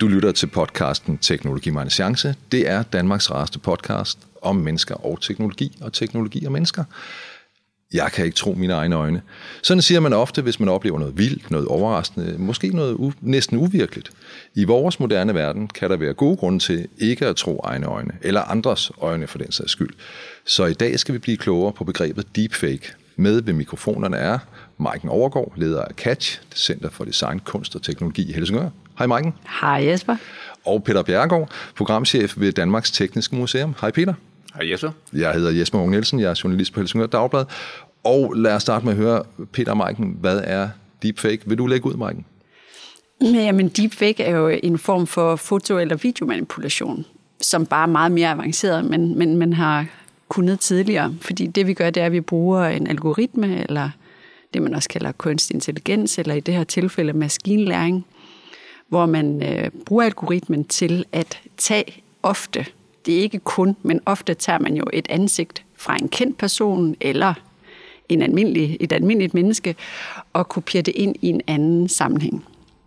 Du lytter til podcasten Teknologi mig en chance. Det er Danmarks rareste podcast om mennesker og teknologi og mennesker. Jeg kan ikke tro mine egne øjne. Sådan siger man ofte, hvis man oplever noget vildt, noget overraskende, måske noget næsten uvirkeligt. I vores moderne verden kan der være gode grunde til ikke at tro egne øjne, eller andres øjne for den sags skyld. Så i dag skal vi blive klogere på begrebet deepfake. Med ved mikrofonerne er Maiken Overgaard, leder af Catch, det Center for Design, Kunst og Teknologi i Helsingør. Hej Maiken. Hej Jesper. Og Peter Bjerregaard, programchef ved Danmarks Tekniske Museum. Hej Peter. Hej Jesper. Jeg hedder Jesper Munk Nielsen, jeg er journalist på Helsingør Dagblad. Og lad os starte med at høre, Peter og Maiken, hvad er deepfake? Vil du lægge ud, Maiken? Jamen, deepfake er jo en form for foto- eller videomanipulation, som bare er meget mere avanceret, men man har kunnet tidligere. Fordi det vi gør, det er, at vi bruger en algoritme, eller det man også kalder kunstig intelligens, eller i det her tilfælde maskinlæring, hvor man bruger algoritmen til at tage ofte, det er ikke kun, men ofte tager man jo et ansigt fra en kendt person, eller et almindeligt menneske, og kopierer det ind i en anden sammenhæng.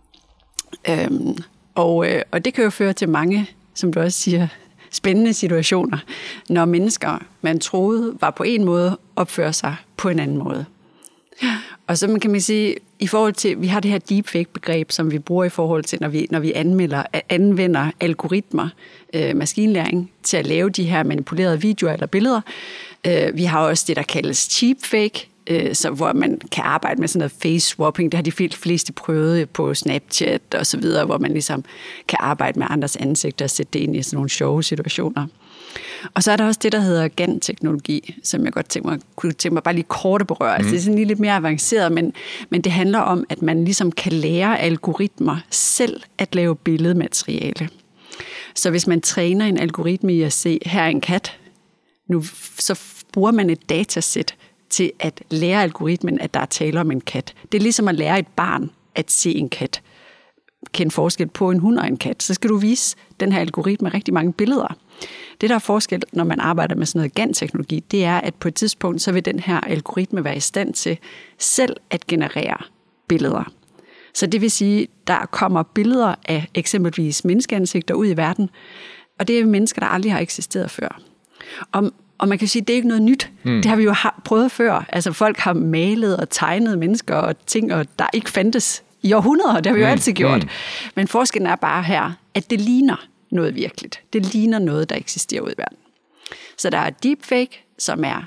Og det kan jo føre til mange, som du også siger, spændende situationer, når mennesker, man troede var på en måde, opfører sig på en anden måde. Og så kan man sige, i forhold til, vi har det her deepfake-begreb, som vi bruger i forhold til, når vi anvender algoritmer, maskinlæring, til at lave de her manipulerede videoer eller billeder. Vi har også det, der kaldes cheapfake, hvor man kan arbejde med sådan noget face-swapping. Det har de fleste prøvet på Snapchat og så videre, hvor man ligesom kan arbejde med andres ansigter og sætte det ind i sådan nogle sjove situationer. Og så er der også det, der hedder GAN-teknologi, som jeg godt kunne tænke mig bare lige kort at berøre. Altså, det er sådan lige lidt mere avanceret, men det handler om, at man ligesom kan lære algoritmer selv at lave billedmateriale. Så hvis man træner en algoritme i at se, her er en kat, så bruger man et datasæt til at lære algoritmen, at der er tale om en kat. Det er ligesom at lære et barn at se en kat. Kende forskel på en hund og en kat. Så skal du vise den her algoritme rigtig mange billeder. Det, der er forskel, når man arbejder med sådan noget GAN-teknologi, det er, at på et tidspunkt, så vil den her algoritme være i stand til selv at generere billeder. Så det vil sige, der kommer billeder af eksempelvis menneskeansigter ud i verden, og det er mennesker, der aldrig har eksisteret før. Og man kan sige, at det er ikke noget nyt. Det har vi jo prøvet før. Altså folk har malet og tegnet mennesker og ting, der ikke fandtes i århundreder. Det har vi jo altid gjort. Men forskellen er bare her, at det ligner noget virkeligt. Det ligner noget, der eksisterer ude i verden. Så der er deepfake, som er,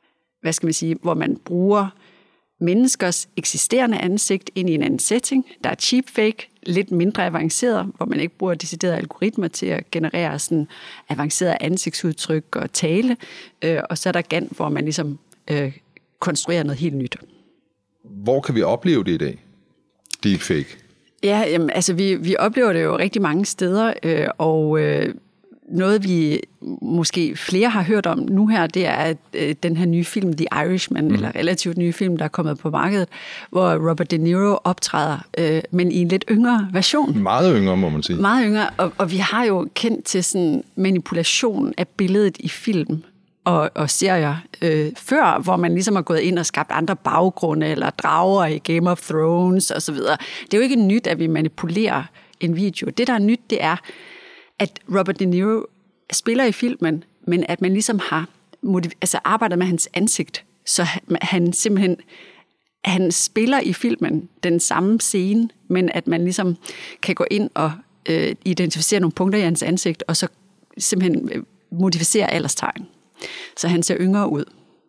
hvor man bruger menneskers eksisterende ansigt ind i en anden setting. Der er cheapfake, lidt mindre avanceret, hvor man ikke bruger deciderede algoritmer til at generere sådan avancerede ansigtsudtryk og tale. Og så er der GAN, hvor man ligesom konstruerer noget helt nyt. Hvor kan vi opleve det i dag? Deepfake? Ja, jamen, altså vi oplever det jo rigtig mange steder, og noget vi måske flere har hørt om nu her, det er den her nye film, The Irishman, eller relativt nye film, der er kommet på markedet, hvor Robert De Niro optræder, men i en lidt yngre version. Meget yngre, må man sige. Meget yngre, og vi har jo kendt til sådan manipulation af billedet i film og serier før, hvor man ligesom har gået ind og skabt andre baggrunde, eller drager i Game of Thrones osv. Det er jo ikke nyt, at vi manipulerer en video. Det, der er nyt, det er, at Robert De Niro spiller i filmen, men at man ligesom har arbejdet med hans ansigt, så han simpelthen han spiller i filmen den samme scene, men at man ligesom kan gå ind og identificere nogle punkter i hans ansigt, og så simpelthen modificere alderstegn. Så han ser yngre ud.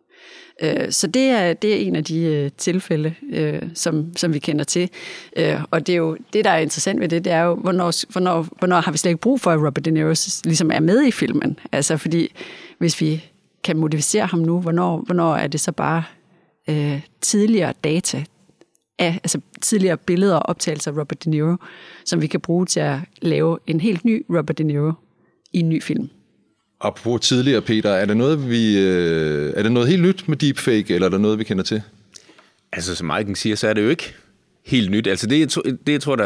Så det er en af de tilfælde, som vi kender til. Og det er jo det, der er interessant ved det, det er jo, hvornår har vi slet ikke brug for, at Robert De Niro ligesom er med i filmen? Altså, fordi hvis vi kan modificere ham nu, hvornår er det så bare tidligere data, altså tidligere billeder og optagelser af Robert De Niro, som vi kan bruge til at lave en helt ny Robert De Niro i en ny film? Apropos tidligere, Peter, er det noget helt nyt med deepfake, eller er der noget, vi kender til? Altså, som Maiken siger, så er det jo ikke helt nyt. Altså, det jeg tror,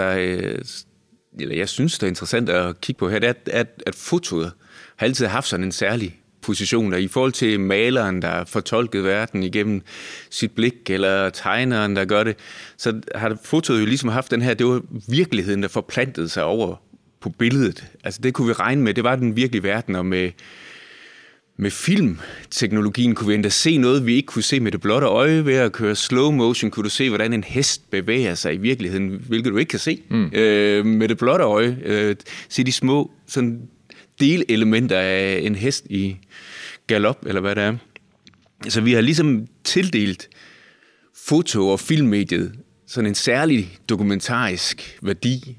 jeg synes, der er interessant at kigge på her, det er, at fotoet har altid haft sådan en særlig position, der i forhold til maleren, der har fortolket verden igennem sit blik, eller tegneren, der gør det, så har fotoet jo ligesom haft den her, det var virkeligheden, der forplantede sig over på billedet. Altså det kunne vi regne med, det var den virkelige verden, og med filmteknologien kunne vi endda se noget, vi ikke kunne se med det blotte øje. Ved at køre slow motion kunne du se, hvordan en hest bevæger sig i virkeligheden, hvilket du ikke kan se med det blotte øje. Se de små sådan delelementer af en hest i galop, eller hvad det er. Så vi har ligesom tildelt foto- og filmmediet sådan en særlig dokumentarisk værdi.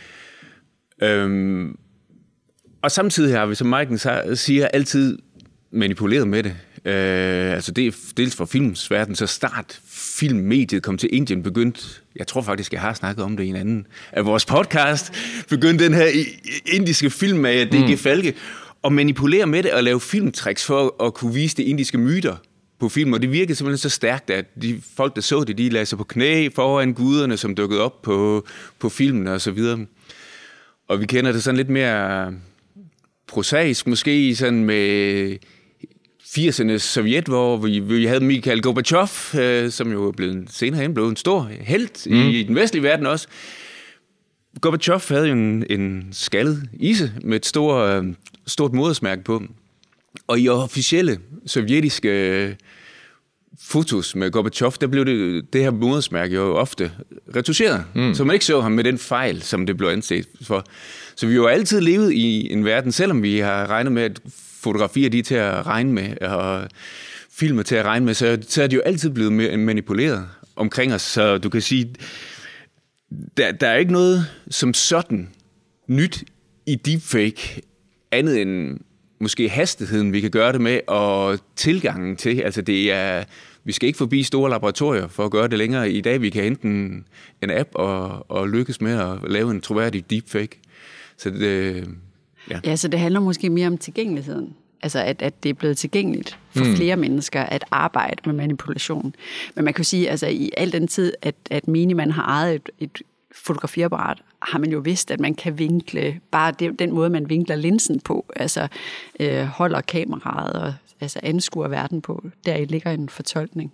Og samtidig har vi, som Maiken siger, altid manipuleret med det. Altså det er dels for filmsverden, så filmmediet kom til Indien, begyndte, jeg tror faktisk, jeg har snakket om det i en anden af vores podcast, begyndte den her indiske film af D.G. Falke at manipulere med det og lave filmtricks for at kunne vise de indiske myter på film, og det virkede simpelthen så stærkt, at de folk, der så det, de lagde sig på knæ foran guderne, som dukkede op på filmen og så videre. Og vi kender det sådan lidt mere prosaisk, måske sådan med 80'ernes Sovjet, hvor vi havde Mikhail Gorbachev, som jo senere hen blev en stor helt i den vestlige verden også. Gorbachev havde jo en skaldet ise med et stort modersmærke på. Og i officielle sovjetiske fotos med Gorbachev, der blev det her modersmærke jo ofte retuscheret, så man ikke så ham med den fejl, som det blev anset for. Så vi har jo altid levet i en verden, selvom vi har regnet med, at fotografier de er til at regne med, og filmer til at regne med, så er de jo altid blevet manipuleret omkring os. Så du kan sige, der er ikke noget som sådan nyt i deepfake, andet end måske hastigheden, vi kan gøre det med, og tilgangen til. Altså vi skal ikke forbi store laboratorier for at gøre det længere. I dag vi kan hente en app og lykkes med at lave en troværdig deepfake. Så så det handler måske mere om tilgængeligheden. Altså at det er blevet tilgængeligt for flere mennesker at arbejde med manipulation. Men man kan jo sige, altså i al den tid, at Miniman har ejet et fotografiapparat, har man jo vidst, at man kan vinkle, bare den måde, man vinkler linsen på, altså holder kameraet og altså anskuer verden på. Der ligger en fortolkning.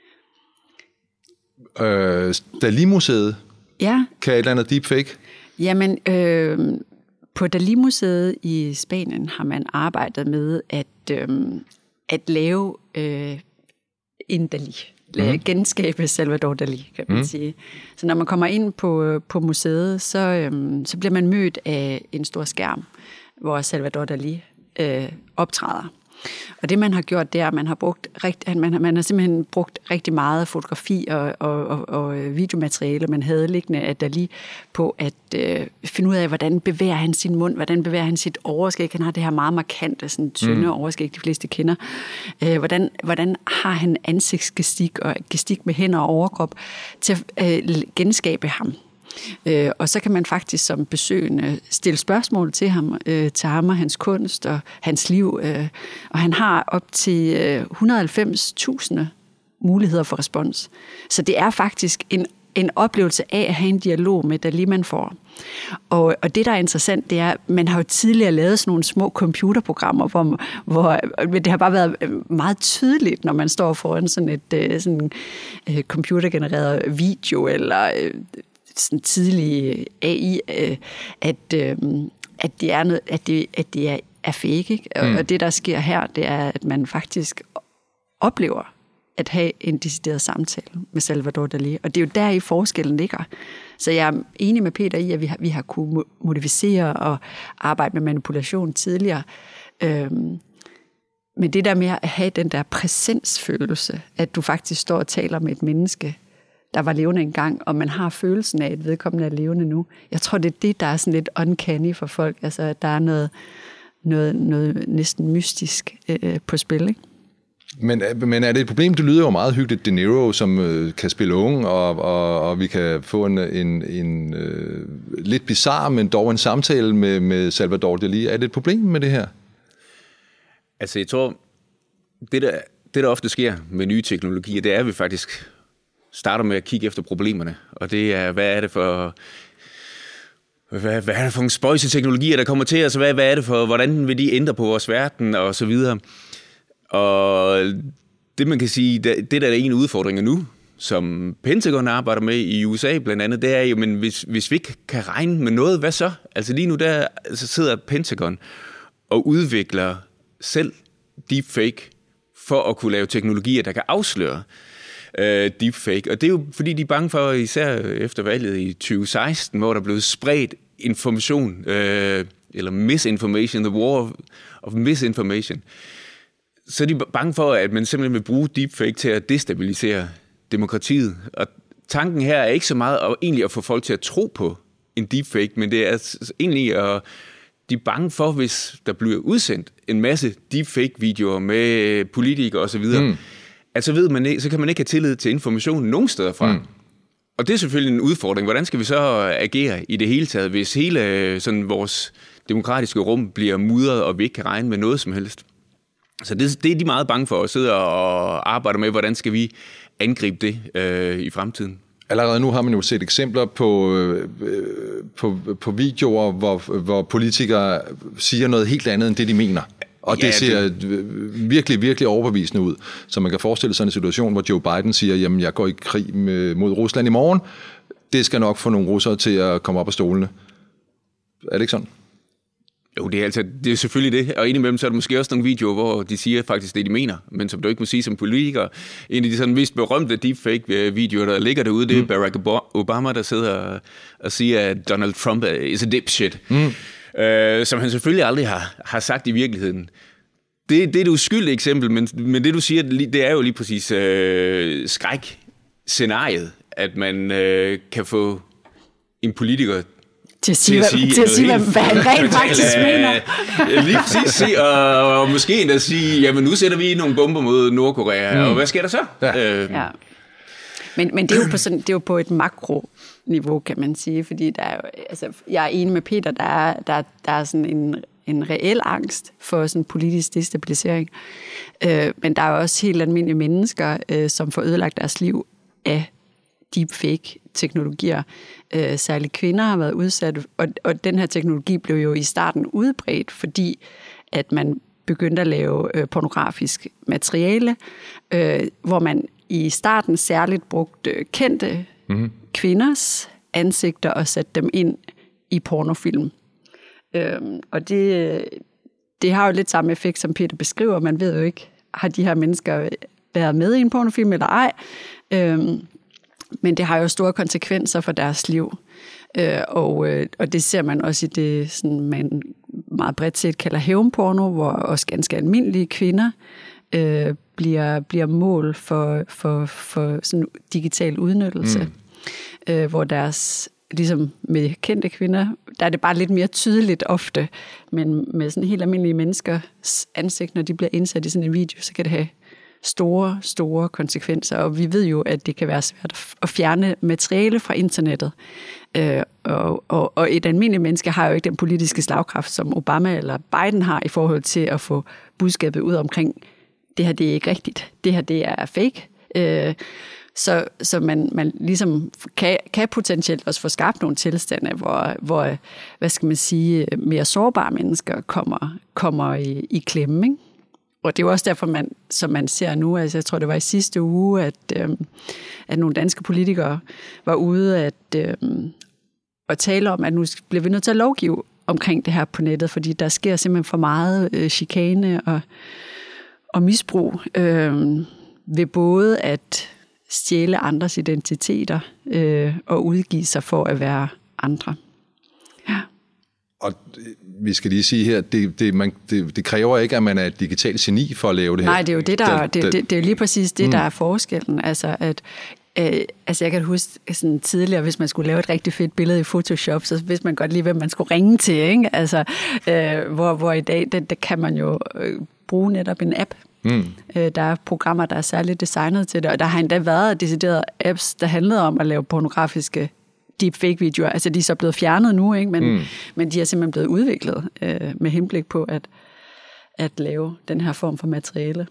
Dalí-museet kan et eller andet deepfake? Jamen, på Dalí-museet i Spanien har man arbejdet med at lave en Dalí. Genskabe Salvador Dalí, kan man sige. Så når man kommer ind på museet, så bliver man mødt af en stor skærm, hvor Salvador Dalí optræder. Og det man har gjort, det er, at man har simpelthen brugt rigtig meget fotografi og videomateriale, man havde liggende af Dalí på at finde ud af, hvordan bevæger han sin mund, hvordan bevæger han sit overskæg. Han har det her meget markante, sådan tynde overskæg, de fleste kender. Hvordan har han ansigtsgestik og gestik med hænder og overkrop til at genskabe ham. Og så kan man faktisk som besøgende stille spørgsmål til ham og hans kunst og hans liv. Og han har op til 190.000 muligheder for respons. Så det er faktisk en oplevelse af at have en dialog med Dalí, man får. Og det, der er interessant, det er, at man har jo tidligere lavet sådan nogle små computerprogrammer, hvor det har bare været meget tydeligt, når man står foran sådan et computergenereret video eller sådan tidlig AI, at det er noget, at det er fake, ikke? Og det, der sker her, det er, at man faktisk oplever at have en decideret samtale med Salvador Dalí. Og det er jo der i forskellen ligger. Så jeg er enig med Peter i, at vi har kunnet modificere og arbejde med manipulation tidligere. Men det der med at have den der præsensfølelse, at du faktisk står og taler med et menneske, der var levende engang, og man har følelsen af, at vedkommende er levende nu. Jeg tror, det er det, der er sådan lidt uncanny for folk. Altså, at der er noget næsten mystisk på spil, ikke? Men er det et problem? Det lyder jo meget hyggeligt, De Niro, som kan spille unge, og vi kan få en lidt bizarre, men dog en samtale med Salvador Dalí. Er det et problem med det her? Altså, jeg tror, det der ofte sker med nye teknologier, det er, at vi faktisk starter med at kigge efter problemerne. Og det er, hvad er det for nogle spøjse teknologier, der kommer til os? Hvad er det for, hvordan vil de ændre på vores verden, og så videre. Og det, man kan sige, det der er en udfordring nu, som Pentagon arbejder med i USA blandt andet, det er jo, men hvis vi ikke kan regne med noget, hvad så? Altså lige nu der så sidder Pentagon og udvikler selv deepfake for at kunne lave teknologier, der kan afsløre deepfake. Og det er jo fordi, de er bange for, især efter valget i 2016, hvor der blev spredt information, eller misinformation, the war of misinformation. Så er de bange for, at man simpelthen vil bruge deepfake til at destabilisere demokratiet. Og tanken her er ikke så meget egentlig at få folk til at tro på en deepfake, men det er egentlig at de er bange for, hvis der bliver udsendt en masse deepfake-videoer med politikere osv., at så kan man ikke have tillid til informationen nogen steder fra. Og det er selvfølgelig en udfordring. Hvordan skal vi så agere i det hele taget, hvis hele sådan, vores demokratiske rum bliver mudret, og vi ikke kan regne med noget som helst? Så det er de meget bange for at sidde og arbejde med, hvordan skal vi angribe det i fremtiden. Allerede nu har man jo set eksempler på videoer, hvor politikere siger noget helt andet, end det de mener. Og det ser virkelig, virkelig overbevisende ud. Så man kan forestille sig en situation, hvor Joe Biden siger, jamen jeg går i krig mod Rusland i morgen. Det skal nok få nogle russere til at komme op af stolene. Er det ikke sådan? Jo, det er selvfølgelig det. Og indimellem så er der måske også nogle videoer, hvor de siger faktisk det, de mener, men som du ikke må sige som politiker. En af de sådan mest berømte deepfake-videoer, der ligger derude, det er Barack Obama, der sidder og siger, at Donald Trump is a dipshit. Som han selvfølgelig aldrig har sagt i virkeligheden. Det er et uskyldigt eksempel, men det du siger, det er jo lige præcis skræk-scenariet, at man kan få en politiker til at sige, hvad han rent faktisk mener. Lige præcis, og måske endda sige, jamen nu sætter vi nogle bomber mod Nordkorea, og hvad sker der så? Ja. Men det er jo på sådan, det er jo på et makroniveau, kan man sige, fordi der er jo, altså, jeg er enig med Peter, der er sådan en reel angst for sådan politisk destabilisering. Men der er jo også helt almindelige mennesker, som får ødelagt deres liv af deepfake-teknologier. Særligt kvinder har været udsat, og den her teknologi blev jo i starten udbredt, fordi at man begyndte at lave pornografisk materiale, hvor man i starten særligt brugte kendte kvinders ansigter og satte dem ind i pornofilm. Og det har jo lidt samme effekt, som Peter beskriver. Man ved jo ikke, har de her mennesker været med i en pornofilm eller ej? Men det har jo store konsekvenser for deres liv. Og det ser man også i det, sådan, man meget bredt set kalder hævnporno, hvor også ganske almindelige kvinder bliver mål for sådan digital udnyttelse. Hvor deres, ligesom med kendte kvinder, der er det bare lidt mere tydeligt ofte, men med sådan helt almindelige menneskers ansigt, når de bliver indsat i sådan en video, så kan det have store konsekvenser, og vi ved jo, at det kan være svært at fjerne materiale fra internettet. Og et almindeligt menneske har jo ikke den politiske slagkraft, som Obama eller Biden har, i forhold til at få budskabet ud omkring, det her det er ikke rigtigt, det her det er fake. Så man ligesom kan potentielt også få skabt nogle tilstande, hvor hvad skal man sige, mere sårbare mennesker kommer i klemme, ikke? Og det er jo også derfor, som man ser nu, altså jeg tror, det var i sidste uge, at nogle danske politikere var ude at tale om, at nu bliver vi nødt til at lovgive omkring det her på nettet, fordi der sker simpelthen for meget chikane og misbrug ved både at stjæle andres identiteter og udgive sig for at være andre. Ja. Og vi skal lige sige her, det kræver ikke, at man er et digitalt geni for at lave det her. Nej, det er jo det er lige præcis det, der er forskellen. Altså, jeg kan huske sådan tidligere, hvis man skulle lave et rigtig fedt billede i Photoshop, så vidste man godt lige, hvem man skulle ringe til, ikke? Altså, hvor i dag, der kan man jo bruge netop en app. Der er programmer, der er særligt designet til det, og der har endda været deciderede apps, der handlede om at lave pornografiske deepfake-videoer. Altså, de er så blevet fjernet nu, ikke? Men de er simpelthen blevet udviklet med henblik på at lave den her form for materiale.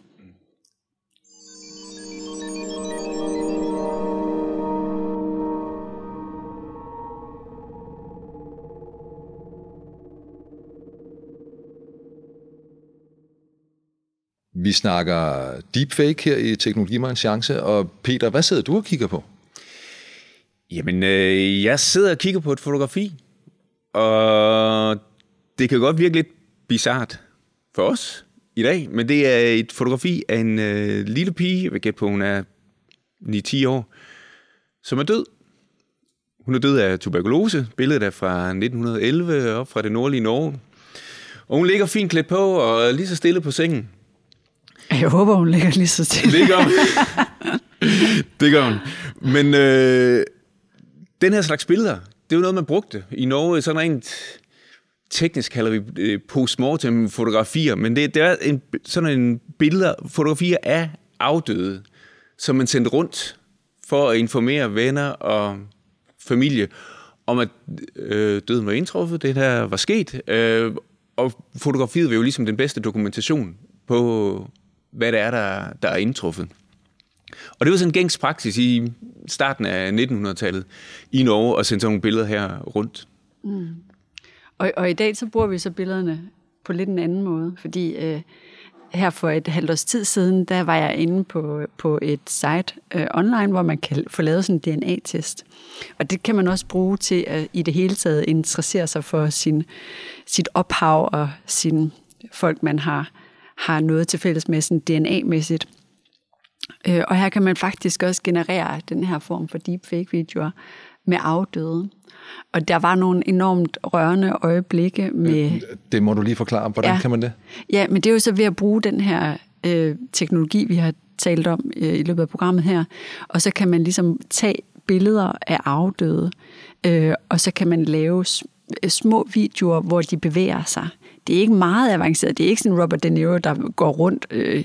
Vi snakker deepfake her i Teknologi mig en chance, og Peter, hvad sidder du og kigger på? Jamen, jeg sidder og kigger på et fotografi, og det kan godt virke lidt bizart for os i dag, men det er et fotografi af en lille pige, jeg vil gætte på, hun er 9-10 år, som er død. Hun er død af tuberkulose. Billedet er fra 1911, op fra det nordlige Norge. Og hun ligger fint klædt på og lige så stille på sengen. Jeg håber, hun ligger lige så stille. Det gør hun. Det gør hun. Men den her slags billeder, det er jo noget, man brugte i Norge. Sådan rent teknisk kalder vi postmortem fotografier, men det er sådan en billeder, fotografier af afdøde, som man sendte rundt for at informere venner og familie om, at døden var indtruffet, det her var sket, og fotografiet var jo ligesom den bedste dokumentation på, hvad det er, der er indtruffet. Og det var sådan en gængs praksis i starten af 1900-tallet i Norge at sende sådan nogle billeder her rundt. Mm. Og i dag så bruger vi så billederne på lidt en anden måde, fordi her for et halvt års tid siden, der var jeg inde på et site online, hvor man kan få lavet sådan en DNA-test. Og det kan man også bruge til at i det hele taget interessere sig for sit ophav og sin folk, man har noget til fælles med sådan DNA-mæssigt. Og her kan man faktisk også generere den her form for deepfake-videoer med afdøde. Og der var nogle enormt rørende øjeblikke med... Det må du lige forklare. Hvordan kan man det? Ja, men det er jo så ved at bruge den her teknologi, vi har talt om i løbet af programmet her, og så kan man ligesom tage billeder af afdøde, og så kan man lave små videoer, hvor de bevæger sig. Det er ikke meget avanceret. Det er ikke sådan Robert De Niro, der går rundt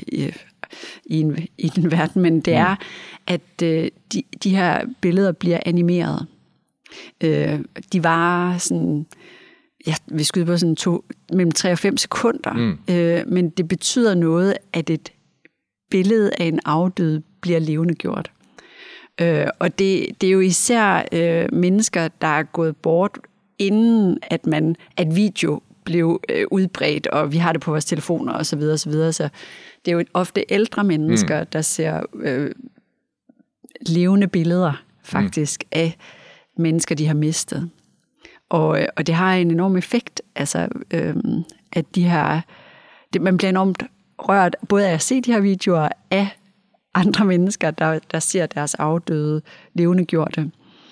i den verden, men det er, at de her billeder bliver animeret. De var sådan, vi skyder på sådan mellem 3 og 5 sekunder, men det betyder noget, at et billede af en afdød bliver levendegjort. Og det er jo især mennesker, der er gået bort, inden at video blev udbredt, og vi har det på vores telefoner osv. Så det er jo ofte ældre mennesker, der ser levende billeder faktisk af mennesker, de har mistet. Og det har en enorm effekt, altså at man bliver enormt rørt, både af at se de her videoer af andre mennesker, der ser deres afdøde levendegjorte.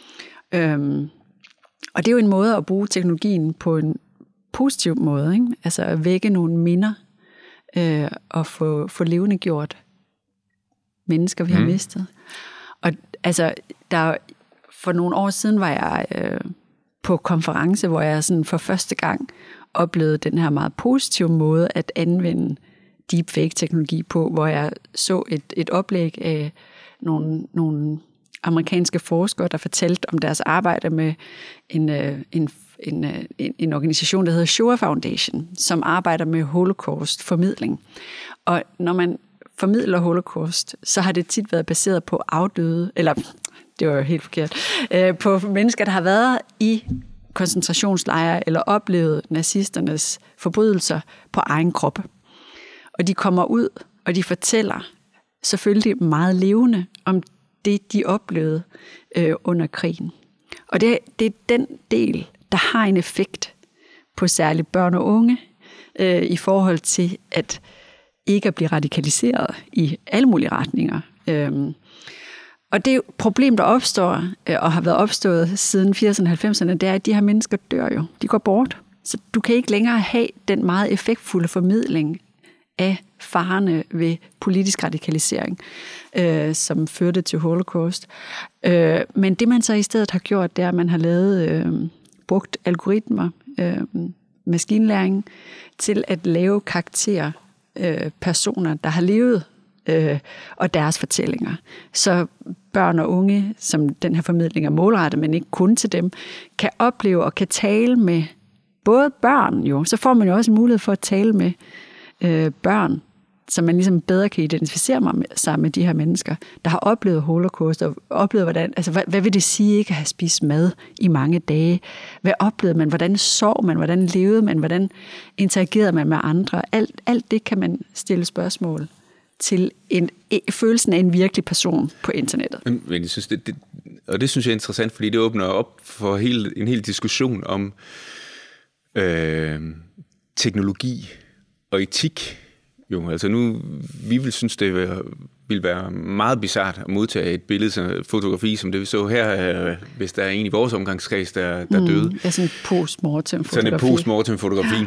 Og det er jo en måde at bruge teknologien på en positiv måde, ikke? Altså at vække nogle minder og få levendegjort mennesker, vi har mistet. Og altså, for nogle år siden var jeg på konference, hvor jeg sådan for første gang oplevede den her meget positive måde at anvende deepfake-teknologi på, hvor jeg så et oplæg af nogle amerikanske forskere, der fortalte om deres arbejde med en organisation, der hedder Shoah Foundation, som arbejder med holocaust-formidling. Og når man formidler holocaust, så har det tit været baseret på afdøde, eller det var jo helt forkert, på mennesker, der har været i koncentrationslejre eller oplevet nazisternes forbrydelser på egen krop. Og de kommer ud, og de fortæller selvfølgelig meget levende om det, de oplevede under krigen. Og det er den del, der har en effekt på særligt børn og unge i forhold til at ikke at blive radikaliseret i alle mulige retninger. Og det problem, der opstår og har været opstået siden 80'erne og 90'erne, det er, at de her mennesker dør jo. De går bort. Så du kan ikke længere have den meget effektfulde formidling af farerne ved politisk radikalisering, som førte til holocaust. Men det, man så i stedet har gjort, det er, at man har brugt algoritmer, maskinlæring, til at lave karakterer, personer, der har levet, og deres fortællinger. Så børn og unge, som den her formidling er målrettet, men ikke kun til dem, kan opleve og kan tale med både børn jo. Så får man jo også en mulighed for at tale med børn, så man ligesom bedre kan identificere sig med de her mennesker, der har oplevet holocaust, og oplevet, hvordan, altså, hvad vil det sige ikke at have spist mad i mange dage? Hvad oplevede man? Hvordan sov man? Hvordan levede man? Hvordan interagerede man med andre? Alt det kan man stille spørgsmål til følelsen af en virkelig person på internettet. Men jeg synes, det synes jeg er interessant, fordi det åbner op for en hel diskussion om teknologi og etik. Jo, altså nu, vi vil synes, det vil være meget bizart at modtage et billede, fotografi, som det vi så her, hvis der er en i vores omgangskreds, der døde. Ja, sådan et postmortem-fotografi. Sådan et postmortem-fotografi.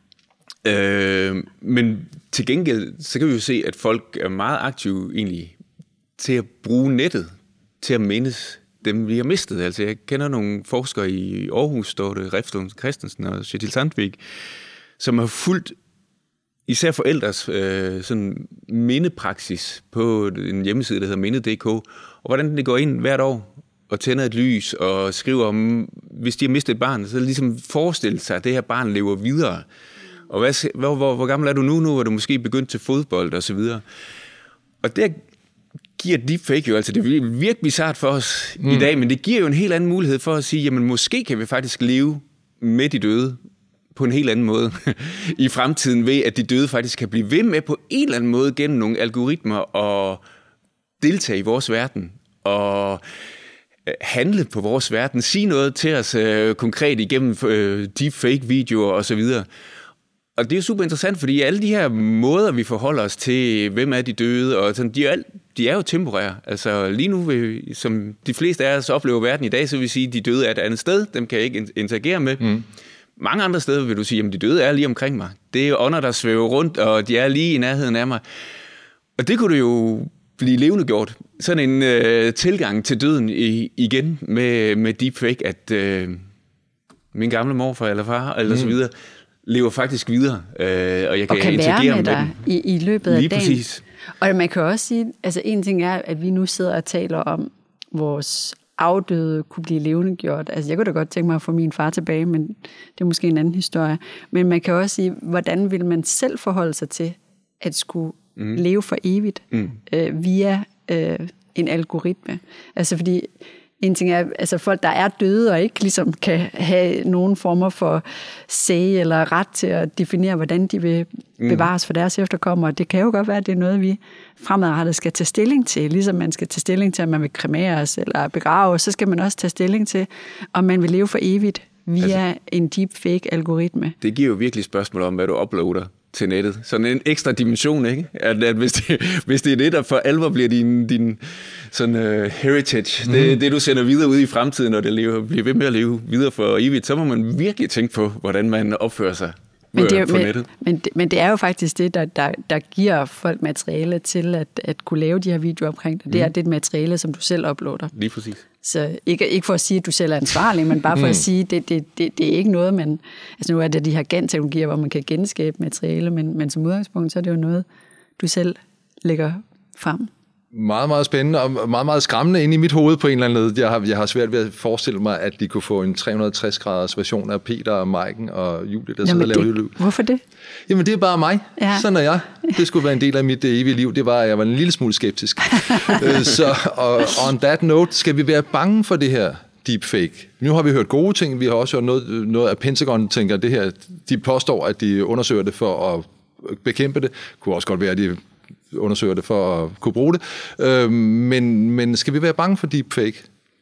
Men til gengæld, så kan vi jo se, at folk er meget aktive egentlig til at bruge nettet, til at mindes dem, vi har mistet. Altså, jeg kender nogle forskere i Aarhus, Dorte Refslund Christensen og Kjetil Sandvik, som har fulgt især forældres sådan mindepraksis på en hjemmeside, der hedder minde.dk, og hvordan det går ind hvert år og tænder et lys og skriver om, hvis de har mistet et barn, så ligesom forestille sig, at det her barn lever videre. Og hvor gammel er du nu? Nu er du måske begyndt til fodbold og så videre. Og der giver deepfake jo, altså det er virkelig bizart for os i dag, men det giver jo en helt anden mulighed for at sige, jamen måske kan vi faktisk leve med de døde på en helt anden måde i fremtiden, ved at de døde faktisk kan blive ved med på en eller anden måde gennem nogle algoritmer og deltage i vores verden og handle på vores verden, sige noget til os konkret igennem deepfake-videoer og så videre. Og det er jo super interessant, fordi alle de her måder, vi forholder os til, hvem er de døde, og sådan, de er jo temporære. Altså lige nu, som de fleste af os oplever verden i dag, så vil sige, at de døde er et andet sted, dem kan jeg ikke interagere med. Mange andre steder vil du sige, at de døde er lige omkring mig. Det er ånder, der svæver rundt, og de er lige i nærheden af mig. Og det kunne du jo blive levendegjort. Sådan en tilgang til døden igen med deepfake, at min gamle morfar eller far, eller så videre, lever faktisk videre, og jeg kan interagere med dig i løbet af lige dagen. Præcis. Og man kan også sige, altså en ting er, at vi nu sidder og taler om, vores afdøde kunne blive levendegjort. Altså jeg kunne da godt tænke mig at få min far tilbage, men det er måske en anden historie. Men man kan også sige, hvordan vil man selv forholde sig til, at skulle leve for evigt via en algoritme? Altså fordi en ting er, altså folk, der er døde og ikke ligesom kan have nogen former for say eller ret til at definere, hvordan de vil bevares for deres efterkommere. Det kan jo godt være, at det er noget, vi fremadrettet skal tage stilling til. Ligesom man skal tage stilling til, om man vil kremeres eller begraves, så skal man også tage stilling til, om man vil leve for evigt via en deepfake-algoritme. Det giver jo virkelig spørgsmål om, hvad du uploader til nettet. Sådan en ekstra dimension, ikke? At hvis det er det, der for alvor bliver din sådan heritage, det du sender videre ud i fremtiden, og det bliver ved med at leve videre for evigt, så må man virkelig tænke på, hvordan man opfører sig på nettet. Men det er jo faktisk det, der giver folk materiale til at kunne lave de her videoer omkring det. Det er det materiale, som du selv uploader. Lige præcis. Så ikke for at sige, at du selv er ansvarlig, men bare for at sige, at det er ikke noget, man... Altså nu er det de her genteknologier, hvor man kan genskabe materiale, men som udgangspunkt, så er det jo noget, du selv lægger frem. Meget, meget spændende og meget, meget skræmmende inde i mit hoved på en eller anden led. Jeg har svært ved at forestille mig, at de kunne få en 360-graders version af Peter og Maiken og Julie, der sidder og laver det. Hvorfor det? Jamen, det er bare mig. Ja. Sådan er jeg. Det skulle være en del af mit evige liv. Det var, at jeg var en lille smule skeptisk. Så on that note, skal vi være bange for det her deepfake? Nu har vi hørt gode ting. Vi har også hørt noget af Pentagon, tænker det her. De påstår, at de undersøger det for at bekæmpe det. Det kunne også godt være, at de undersøger det for at kunne bruge det. Men skal vi være bange for deepfake?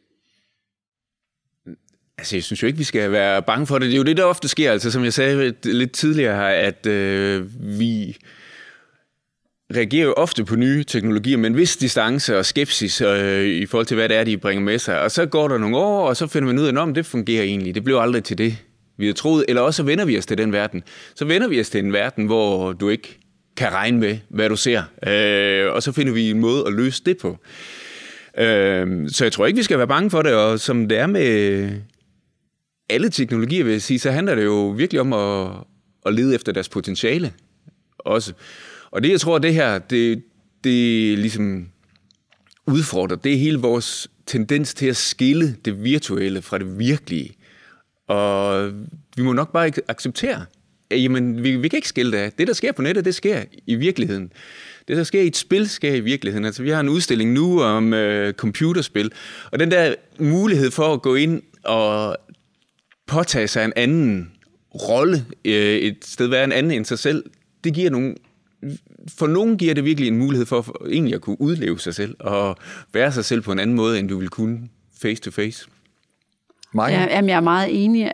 Altså, jeg synes jo ikke, vi skal være bange for det. Det er jo det, der ofte sker. Altså, som jeg sagde lidt tidligere her, at vi reagerer jo ofte på nye teknologier, men vis distance og skepsis i forhold til, hvad det er, de bringer med sig. Og så går der nogle år, og så finder man ud af, at det fungerer egentlig. Det blev aldrig til det, vi har troet. Eller også vender vi os til den verden. Så vender vi os til en verden, hvor du ikke kan regne med, hvad du ser. Og så finder vi en måde at løse det på. Så jeg tror ikke, vi skal være bange for det, og som det er med alle teknologier, vil jeg sige, så handler det jo virkelig om at lede efter deres potentiale også. Og det, jeg tror, det her, det ligesom udfordrer, det er hele vores tendens til at skille det virtuelle fra det virkelige. Og vi må nok bare acceptere, jamen, vi kan ikke skille det af. Det, der sker på nettet, det sker i virkeligheden. Det, der sker i et spil, sker i virkeligheden. Altså, vi har en udstilling nu om computerspil, og den der mulighed for at gå ind og påtage sig en anden rolle, et sted være en anden end sig selv, det giver nogle for nogen giver det virkelig en mulighed for egentlig at kunne udleve sig selv og være sig selv på en anden måde, end du ville kunne face to face. Ja, jeg er meget enig.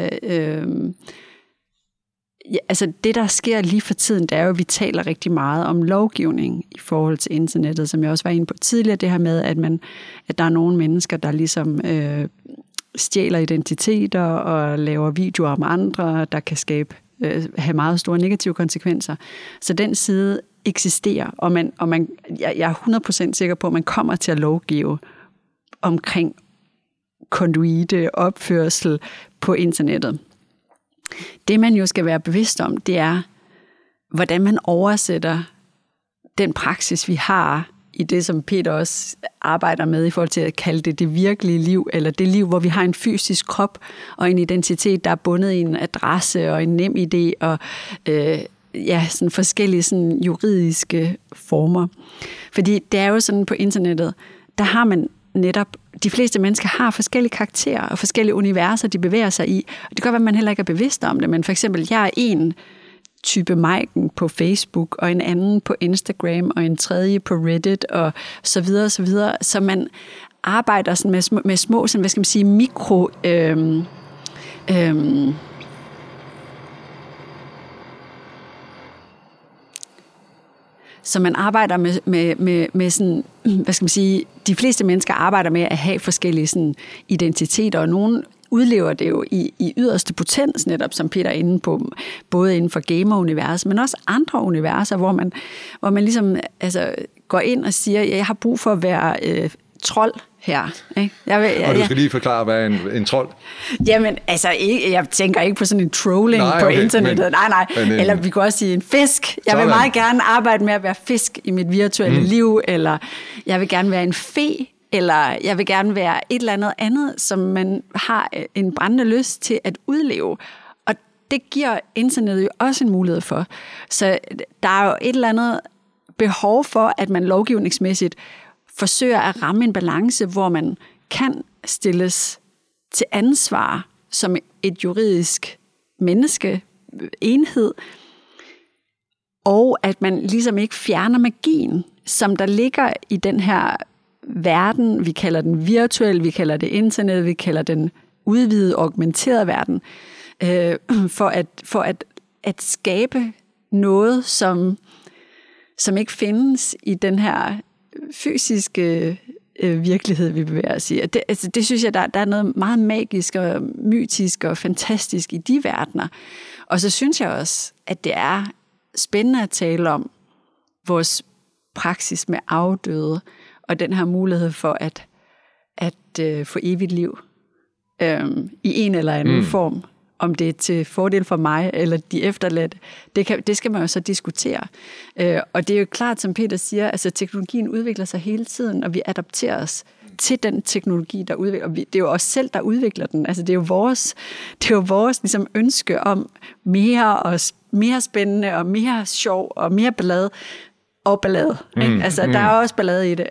Altså det, der sker lige for tiden, det er jo, at vi taler rigtig meget om lovgivning i forhold til internettet, som jeg også var inde på tidligere, det her med, at der er nogle mennesker, der ligesom stjæler identiteter og laver videoer om andre, der kan have meget store negative konsekvenser. Så den side eksisterer, og jeg er 100% sikker på, at man kommer til at lovgive omkring konduite, opførsel på internettet. Det, man jo skal være bevidst om, det er, hvordan man oversætter den praksis, vi har i det, som Peter også arbejder med i forhold til at kalde det virkelige liv, eller det liv, hvor vi har en fysisk krop og en identitet, der er bundet i en adresse og en nem idé og sådan forskellige sådan juridiske former. Fordi det er jo sådan på internettet, der har man netop, de fleste mennesker har forskellige karakterer og forskellige universer, de bevæger sig i. Og det kan godt være, at man heller ikke er bevidst om det, men for eksempel, jeg er en type Maiken på Facebook, og en anden på Instagram, og en tredje på Reddit, og så videre, så videre. Så man arbejder sådan med små, sådan, hvad skal man sige, mikro... Så man arbejder med sådan, hvad skal man sige, de fleste mennesker arbejder med at have forskellige sådan identiteter, og nogen udlever det jo i yderste potens, netop som Peter er inde på, både inden for gamer-universet, men også andre universer, hvor man ligesom går ind og siger, jeg har brug for at være trold her. Ikke? Og du skal lige forklare, hvad er en trold? Jamen, jeg tænker ikke på sådan en trolling på internettet. Nej. Eller vi kan også sige en fisk. Jeg vil meget gerne arbejde med at være fisk i mit virtuelle liv, eller jeg vil gerne være en fe, eller jeg vil gerne være et eller andet, som man har en brændende lyst til at udleve. Og det giver internettet jo også en mulighed for. Så der er jo et eller andet behov for, at man lovgivningsmæssigt forsøger at ramme en balance, hvor man kan stilles til ansvar som et juridisk menneskeenhed, og at man ligesom ikke fjerner magien, som der ligger i den her verden. Vi kalder den virtuel, vi kalder det internet, vi kalder den udvidet, augmenteret verden, for at skabe noget, som ikke findes i den her fysiske virkelighed, vi bevæger os i. Det synes jeg, der er noget meget magisk og mytisk og fantastisk i de verdener. Og så synes jeg også, at det er spændende at tale om vores praksis med afdøde, og den her mulighed for at få evigt liv i en eller anden form. Om det er til fordel for mig eller de efterladte, det skal man jo så diskutere. Og det er jo klart, som Peter siger, altså teknologien udvikler sig hele tiden, og vi adapterer os til den teknologi, der udvikler. Det er jo os selv, der udvikler den. Altså det er jo vores ligesom, ønske om mere spændende og mere sjov og mere ballade. Ikke? Altså der er også ballade i det,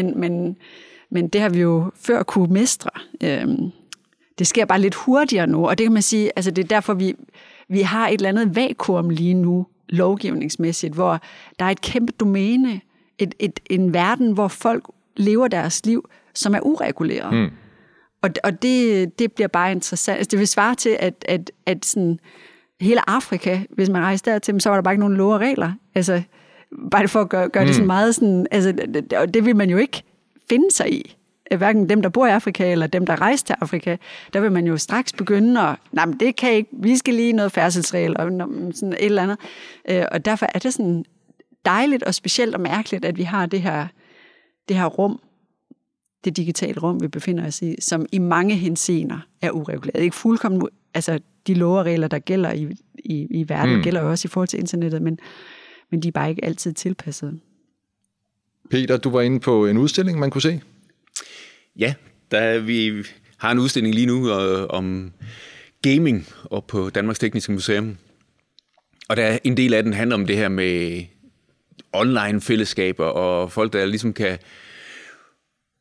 men det har vi jo før kunne mestre. Det sker bare lidt hurtigere nu, og det kan man sige, altså det er derfor, vi har et eller andet vakuum lige nu, lovgivningsmæssigt, hvor der er et kæmpe domæne, en verden, hvor folk lever deres liv, som er ureguleret. Og det bliver bare interessant. Altså det vil svare til, at sådan, hele Afrika, hvis man rejste dertil, så var der bare ikke nogen love og regler. Altså, bare for at gøre det sådan meget sådan, altså, det vil man jo ikke finde sig i. Hverken dem, der bor i Afrika, eller dem, der rejser til Afrika, der vil man jo straks begynde at, nej, men det kan ikke, vi skal lige noget færdselsregel, og sådan et eller andet. Og derfor er det sådan dejligt og specielt og mærkeligt, at vi har det her rum, det digitale rum, vi befinder os i, som i mange henseender er ureguleret. Ikke fuldkommen, altså de love og regler, der gælder i verden, gælder jo også i forhold til internettet, men de er bare ikke altid tilpasset. Peter, du var inde på en udstilling, man kunne se. Ja, vi har en udstilling lige nu om gaming op på Danmarks Tekniske Museum. Og der er en del af den handler om det her med online fællesskaber og folk, der ligesom kan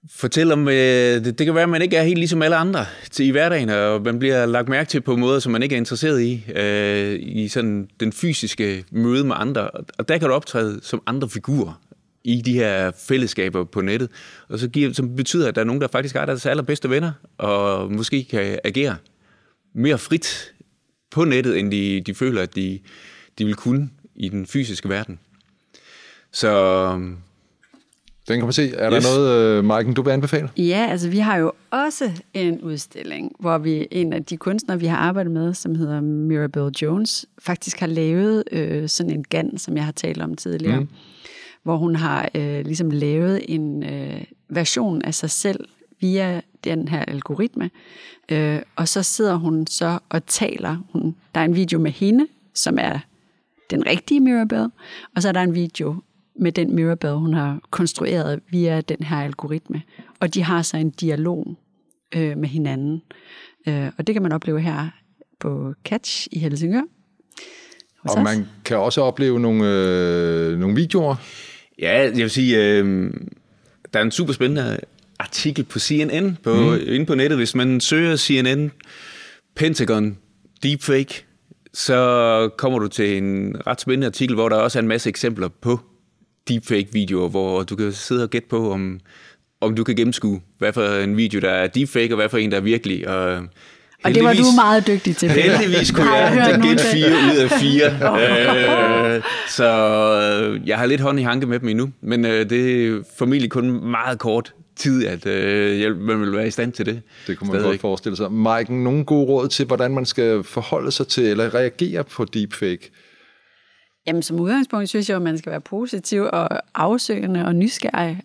fortælle om, det kan være, at man ikke er helt ligesom alle andre i hverdagen, og man bliver lagt mærke til på måder, som man ikke er interesseret i sådan den fysiske møde med andre. Og der kan du optræde som andre figurer i de her fællesskaber på nettet, og som betyder, at der er nogen, der faktisk er deres allerbedste venner, og måske kan agere mere frit på nettet, end de føler, at de vil kunne i den fysiske verden. Så den kan man se. Er der noget, Maiken, du vil anbefale? Ja, altså vi har jo også en udstilling, hvor en af de kunstnere, vi har arbejdet med, som hedder Mirabelle Jones, faktisk har lavet sådan en GAN, som jeg har talt om tidligere, hvor hun har ligesom lavet en version af sig selv via den her algoritme, og så sidder hun så og taler. Der er en video med hende, som er den rigtige Mirabelle, og så er der en video med den Mirabelle, hun har konstrueret via den her algoritme. Og de har så en dialog med hinanden. Og det kan man opleve her på Catch i Helsingør. Og man kan også opleve nogle videoer. Ja, jeg vil sige, der er en super spændende artikel på CNN inde på nettet. Hvis man søger CNN Pentagon Deepfake, så kommer du til en ret spændende artikel, hvor der også er en masse eksempler på deepfake-videoer, hvor du kan sidde og gætte på, om du kan gennemskue, hvad for en video, der er deepfake, og hvad for en, der er virkelig. Og det var du meget dygtig til. Heldigvis kunne jeg gætte 4 ud af 4. Så jeg har lidt hånd i hanke med dem endnu, men det er formentlig kun meget kort tid, at man vil være i stand til det. Det kunne man godt forestille sig. Maiken, nogle gode råd til, hvordan man skal forholde sig til, eller reagere på deepfake? Jamen, som udgangspunkt synes jeg, at man skal være positiv og afsøgende og nysgerrig.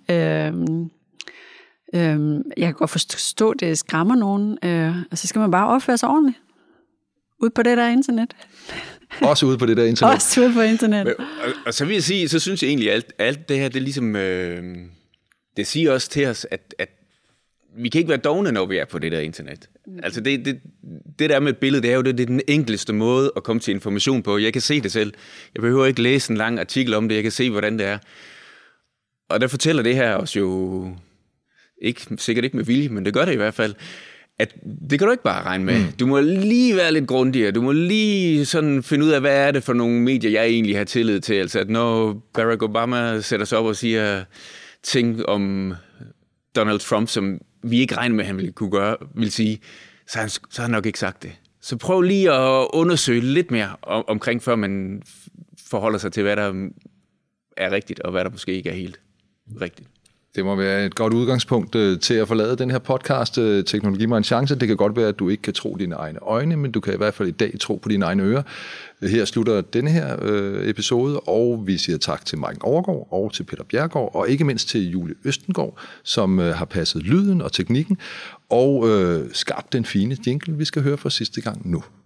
Jeg kan godt forstå, at det skræmmer nogen, og så skal man bare opføre sig ordentligt. Ud på det der internet. Også ude på det der internet. Også ude på internet. Og så vil jeg sige, så synes jeg egentlig, at alt det her, det er ligesom, det siger også til os, at vi kan ikke være dogne, når vi er på det der internet. Altså det der med et billede, det er jo det er den enkleste måde at komme til information på. Jeg kan se det selv. Jeg behøver ikke læse en lang artikel om det. Jeg kan se, hvordan det er. Og der fortæller det her også jo, sikkert ikke med vilje, men det gør det i hvert fald, at det kan du ikke bare regne med. Du må lige være lidt grundigere. Du må lige sådan finde ud af, hvad er det for nogle medier, jeg egentlig har tillid til. Altså, at når Barack Obama sætter sig op og siger ting om Donald Trump, som vi ikke regner med, at han vil sige, så har han nok ikke sagt det. Så prøv lige at undersøge lidt mere omkring, før man forholder sig til, hvad der er rigtigt, og hvad der måske ikke er helt rigtigt. Det må være et godt udgangspunkt til at forlade den her podcast. Teknologi mig en chance. Det kan godt være, at du ikke kan tro dine egne øjne, men du kan i hvert fald i dag tro på dine egne ører. Her slutter denne her episode, og vi siger tak til Maiken Overgaard og til Peter Bjerregaard, og ikke mindst til Julie Østengård, som har passet lyden og teknikken, og skabt den fine jingle, vi skal høre for sidste gang nu.